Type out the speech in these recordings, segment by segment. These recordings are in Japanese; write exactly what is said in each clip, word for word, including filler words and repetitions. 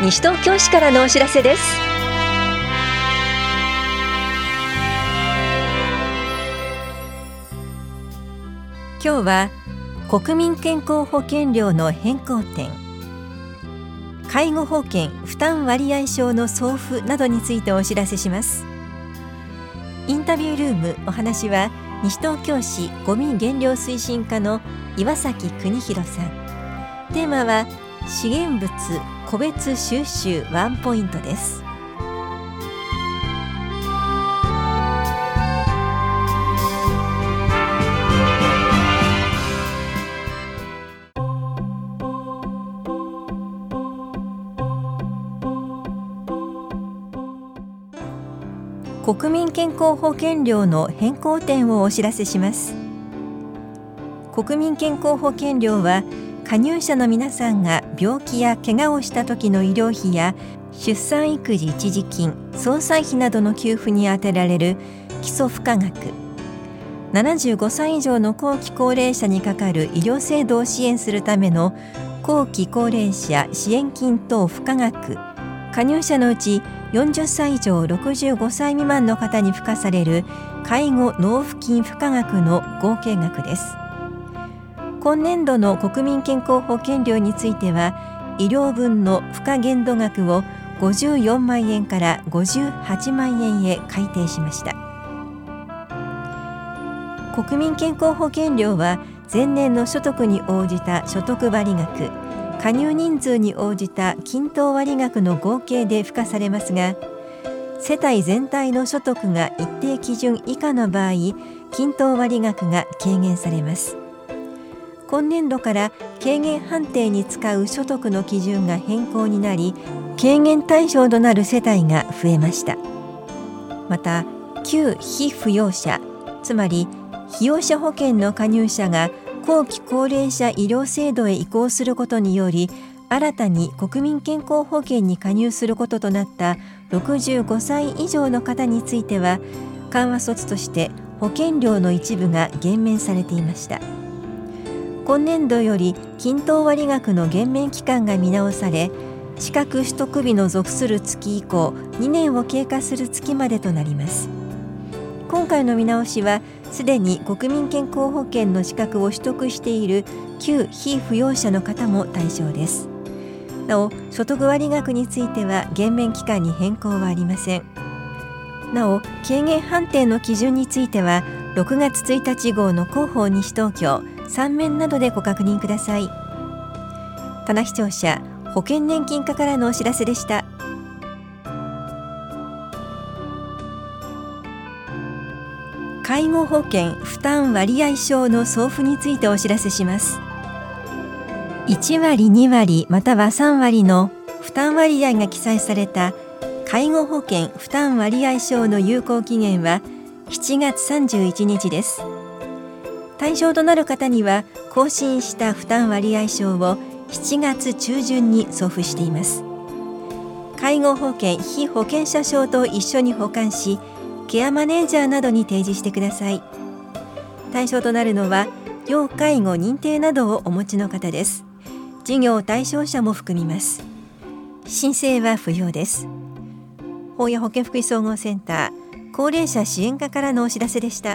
西東京市からのお知らせです。今日は国民健康保険料の変更点、介護保険負担割合証の送付などについてお知らせします。インタビュールーム、お話は西東京市ごみ減量推進課の岩崎邦弘さん。テーマは資源物個別収集ワンポイントです。国民健康保険料の変更点をお知らせします。国民健康保険料は加入者の皆さんが病気や怪我をした時の医療費や出産育児一時金、総裁費などの給付に充てられる基礎付加額、ななじゅうごさい以上の後期高齢者にかかる医療制度を支援するための後期高齢者支援金等付加額、加入者のうちよんじゅっさい以上ろくじゅうごさい未満の方に付加される介護納付金付加額の合計額です。今年度の国民健康保険料については、医療分の付加限度額をごじゅうよんまんえんからごじゅうはちまんえんへ改定しました。国民健康保険料は前年の所得に応じた所得割額、加入人数に応じた均等割額の合計で付加されますが、世帯全体の所得が一定基準以下の場合、均等割額が軽減されます。今年度から軽減判定に使う所得の基準が変更になり、軽減対象となる世帯が増えました。また、旧被扶養者、つまり被用者保険の加入者が後期高齢者医療制度へ移行することにより、新たに国民健康保険に加入することとなったろくじゅうごさい以上の方については、緩和措置として保険料の一部が減免されていました。今年度より均等割額の減免期間が見直され、資格取得日の属する月以降にねんを経過する月までとなります。今回の見直しは、すでに国民健康保険の資格を取得している旧被扶養者の方も対象です。なお、所得割額については減免期間に変更はありません。なお、軽減判定の基準については、ろくがつついたち号の広報西東京さん面などでご確認ください。棚視聴者、保険年金課からのお知らせでした。介護保険負担割合証の送付についてお知らせします。いちわりにわりまたはさんわりの負担割合が記載された介護保険負担割合証の有効期限はしちがつさんじゅういちにちです。対象となる方には更新した負担割合証をしちがつちゅうじゅんに送付しています。介護保険被保険者証と一緒に保管し、ケアマネージャーなどに提示してください。対象となるのは要介護認定などをお持ちの方です。事業対象者も含みます。申請は不要です。法や保健福祉総合センター高齢者支援課からのお知らせでした。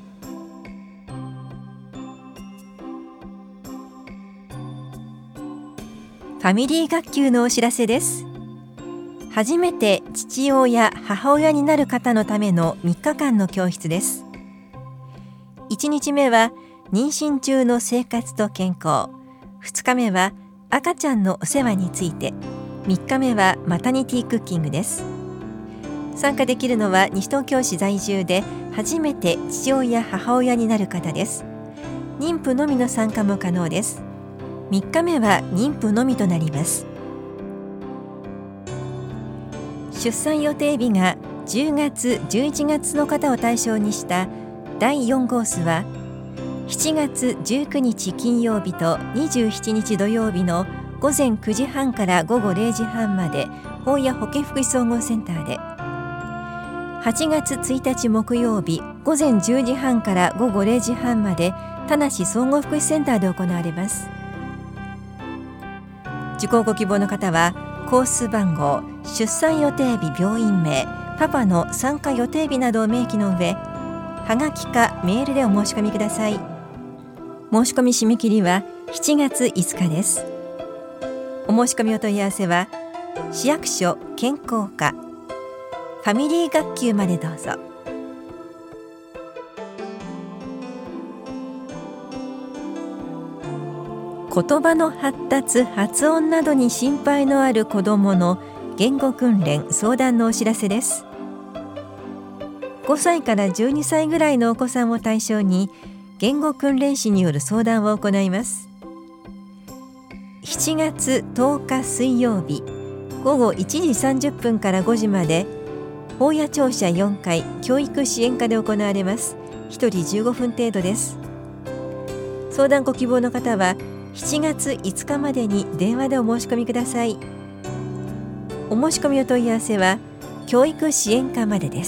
ファミリー学級のお知らせです。初めて父親、母親になる方のためのみっかかんの教室です。いちにちめは妊娠中の生活と健康、ふつかめは赤ちゃんのお世話について、みっかめはマタニティクッキングです。参加できるのは西東京市在住で初めて父親、母親になる方です。妊婦のみの参加も可能です。みっかめは妊婦のみとなります。出産予定日がじゅうがつ、じゅういちがつの方を対象にしただいよんコースはしちがつじゅうくにち金曜日とにじゅうしちにち土曜日のごぜんくじはんからごごれいじはんまで法や保健福祉総合センターで、はちがつついたち木曜日ごぜんじゅうじはんからごごれいじはんまで田無総合福祉センターで行われます。受講ご希望の方はコース番号、出産予定日、病院名、パパの参加予定日などを明記の上、はがきかメールでお申し込みください。申し込み締め切りはしちがついつかです。お申し込みお問い合わせは市役所健康課ファミリー学級までどうぞ。言葉の発達・発音などに心配のある子どもの言語訓練・相談のお知らせです。ごさいからじゅうにさいぐらいのお子さんを対象に言語訓練士による相談を行います。しちがつとおか水曜日ごごいちじさんじゅっぷんからごじまで保谷庁舎よんかい教育支援課で行われます。ひとりじゅうごふん程度です。相談ご希望の方はしちがついつかまでに電話でお申し込みください。お申し込みお問い合わせは教育支援課までです。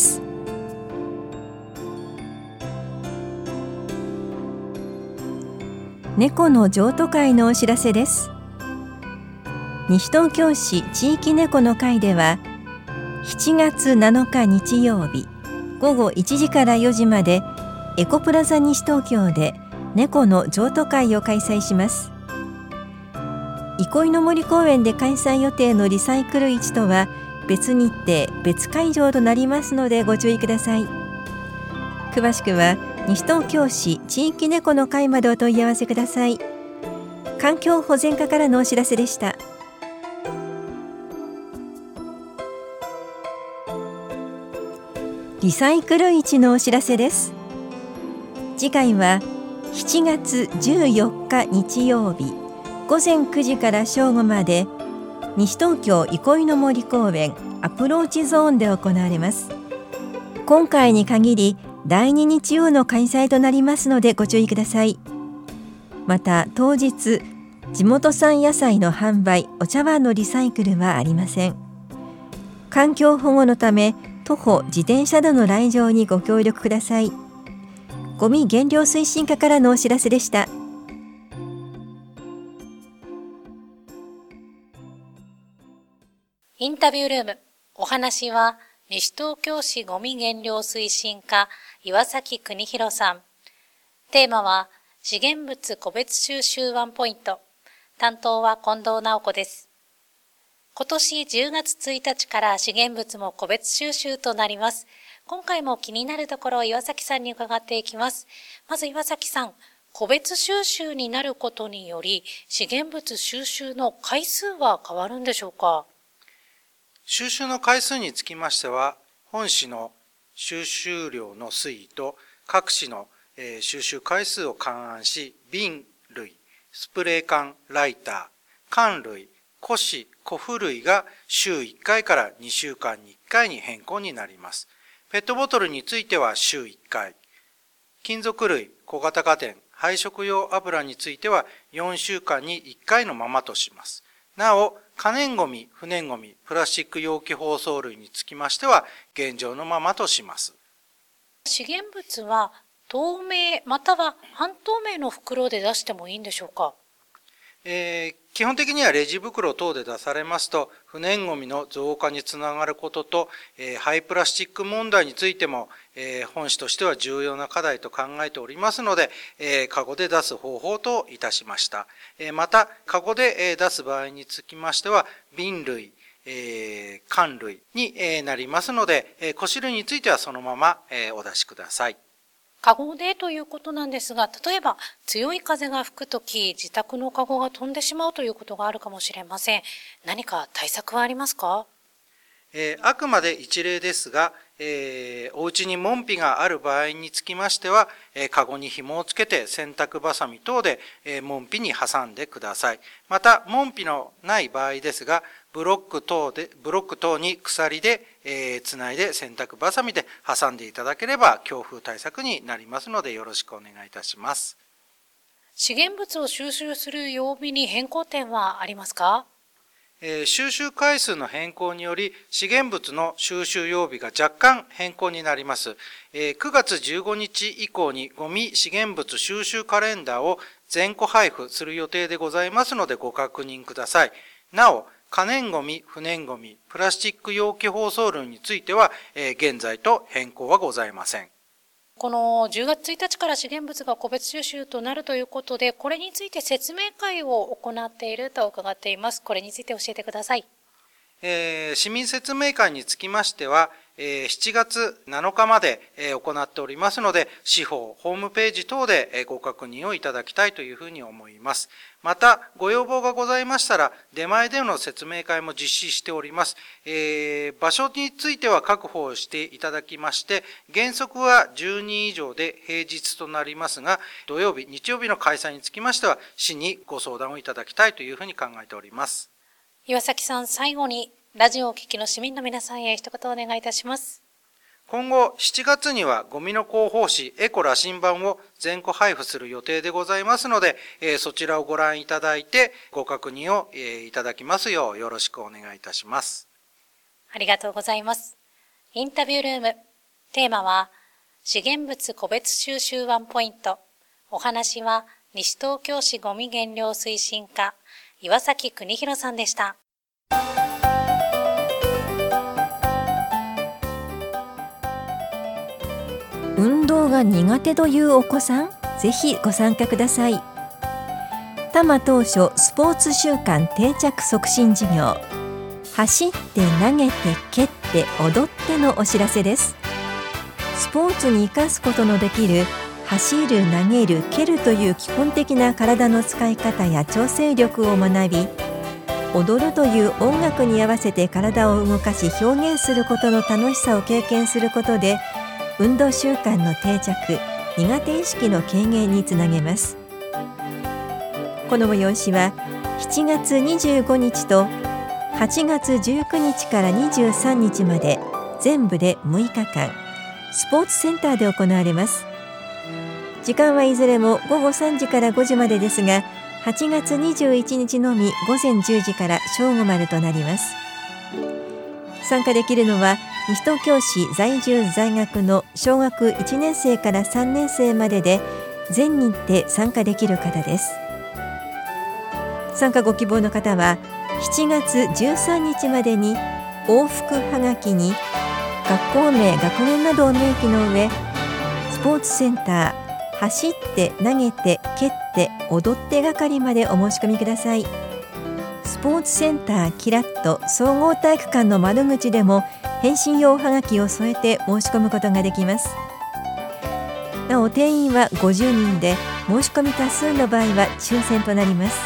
猫の譲渡会のお知らせです。西東京市地域猫の会ではしちがつなのか日曜日ごごいちじからよじまでエコプラザ西東京で猫の譲渡会を開催します。憩いの森公園で開催予定のリサイクル市とは別日程別会場となりますのでご注意ください。詳しくは西東京市地域猫の会までお問い合わせください。環境保全課からのお知らせでした。リサイクル市のお知らせです。次回はしちがつじゅうよっか日曜日ごぜんくじから正午まで西東京憩いの森公園アプローチゾーンで行われます。今回に限りだいに日曜の開催となりますのでご注意ください。また当日地元産野菜の販売、お茶碗のリサイクルはありません。環境保護のため徒歩、自転車での来場にご協力ください。ゴミ減量推進課からのお知らせでした。 インタビュールーム。お話は西東京市ゴミ減量推進課岩崎邦弘さん。テーマは資源物個別収集ワンポイント。担当は近藤直子です。今年じゅうがつついたちから資源物も個別収集となります。今回も気になるところを岩崎さんに伺っていきます。まず岩崎さん、個別収集になることにより資源物収集の回数は変わるんでしょうか？ 収集の回数につきましては、本市の収集量の推移と各市の収集回数を勘案し、瓶類、スプレー缶、ライター、缶類、古紙、古布類が週いっかいからにしゅうかんにいっかいに変更になります。ペットボトルについては週いっかい、金属類、小型家電、配食用油についてはよんしゅうかんにいっかいのままとします。なお、可燃ごみ、不燃ごみ、プラスチック容器包装類につきましては現状のままとします。 資源物は透明または半透明の袋で出してもいいんでしょうか？ えー、基本的にはレジ袋等で出されますと不燃ごみの増加につながることと、えー、廃プラスチック問題についても、えー、本市としては重要な課題と考えておりますので、えー、カゴで出す方法といたしました。えー、またカゴで出す場合につきましては瓶類、えー、缶類になりますので、えー、古紙類についてはそのまま、えー、お出しください。 カゴでということなんですが、例えば強い風が吹くとき、自宅のカゴが飛んでしまうということがあるかもしれません。何か対策はありますか？ えー、あくまで一例ですが、えー、お家に門扉がある場合につきましては、えー、カゴに紐をつけて洗濯バサミ等で、えー、門扉に挟んでください。また門扉のない場合ですが、ブロック等でブロック等に鎖で、えー、つないで洗濯バサミで挟んでいただければ強風対策になりますのでよろしくお願いいたします。 資源物を収集する曜日に変更点はありますか？ えー、収集回数の変更により資源物の収集曜日が若干変更になります。えー、くがつじゅうごにち以降にゴミ資源物収集カレンダーを全個配布する予定でございますのでご確認ください。なお、 可燃ごみ、不燃ごみ、プラスチック容器包装類については、えー、現在と変更はございません。 このじゅうがつついたちから資源物が個別収集となるということで、これについて説明会を行っていると伺っています。これについて教えてください。 えー、市民説明会につきましては、えー、しちがつなのかまで、えー、行っておりますので、市法、ホームページ等で、えー、ご確認をいただきたいというふうに思います。また、ご要望がございましたら、出前での説明会も実施しております。えー、場所については確保していただきまして、原則はじゅうにん以上で平日となりますが、土曜日、日曜日の開催につきましては、市にご相談をいただきたいというふうに考えております。 岩崎さん、最後にラジオをお聞きの市民の皆さんへ一言お願いいたします。 今後しちがつにはゴミの広報誌エコ羅針盤を全個配布する予定でございますので、えー、そちらをご覧いただいてご確認を、えー、いただきますようよろしくお願いいたします。 ありがとうございます。インタビュールーム、テーマは資源物個別収集ワンポイント。お話は西東京市ゴミ減量推進課岩崎邦弘さんでした。 運動が苦手というお子さん、ぜひご参加ください。多摩当初スポーツ習慣定着促進事業、走って投げて蹴って踊ってのお知らせです。スポーツに生かすことのできる走る、投げる、蹴るという基本的な体の使い方や調整力を学び、踊るという音楽に合わせて体を動かし表現することの楽しさを経験することで、運動習慣の定着、苦手意識の軽減につなげます。この催しはしちがつにじゅうごにちとはちがつじゅうくにちからにじゅうさんにちまで全部でむいかかん、スポーツセンターで行われます。時間はいずれもごごさんじからごじまでですが、はちがつにじゅういちにちのみごぜんじゅうじから正午までとなります。参加できるのは西東京市在住在学の小学いちねんせいからさんねんせいまでで、全日程参加できる方です。参加ご希望の方はしちがつじゅうさんにちまでに往復はがきに学校名、学年などを明記の上、スポーツセンター走って投げて蹴って踊って係までお申し込みください。スポーツセンターキラッと総合体育館の窓口でも返信用はがきを添えて申し込むことができます。なお定員はごじゅうにんで、申し込み多数の場合は抽選となります。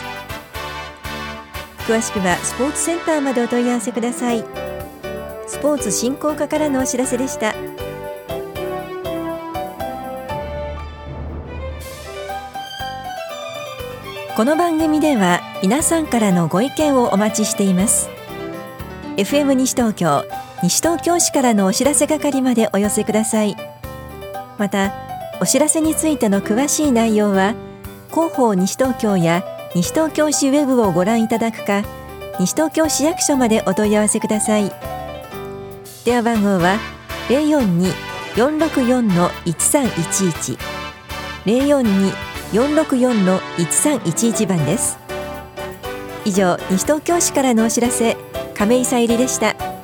詳しくはスポーツセンターまでお問い合わせください。スポーツ振興課からのお知らせでした。この番組では皆さんからのご意見をお待ちしています。 エフエム 西東京、西東京市からのお知らせ係までお寄せください。またお知らせについての詳しい内容は広報西東京や西東京市ウェブをご覧いただくか、西東京市役所までお問い合わせください。電話番号は ゼロよんに よんろくよん いちさんいちいち ゼロよんに よんろくよん いちさんいちいち番です。以上、西東京市からのお知らせ、亀井さゆりでした。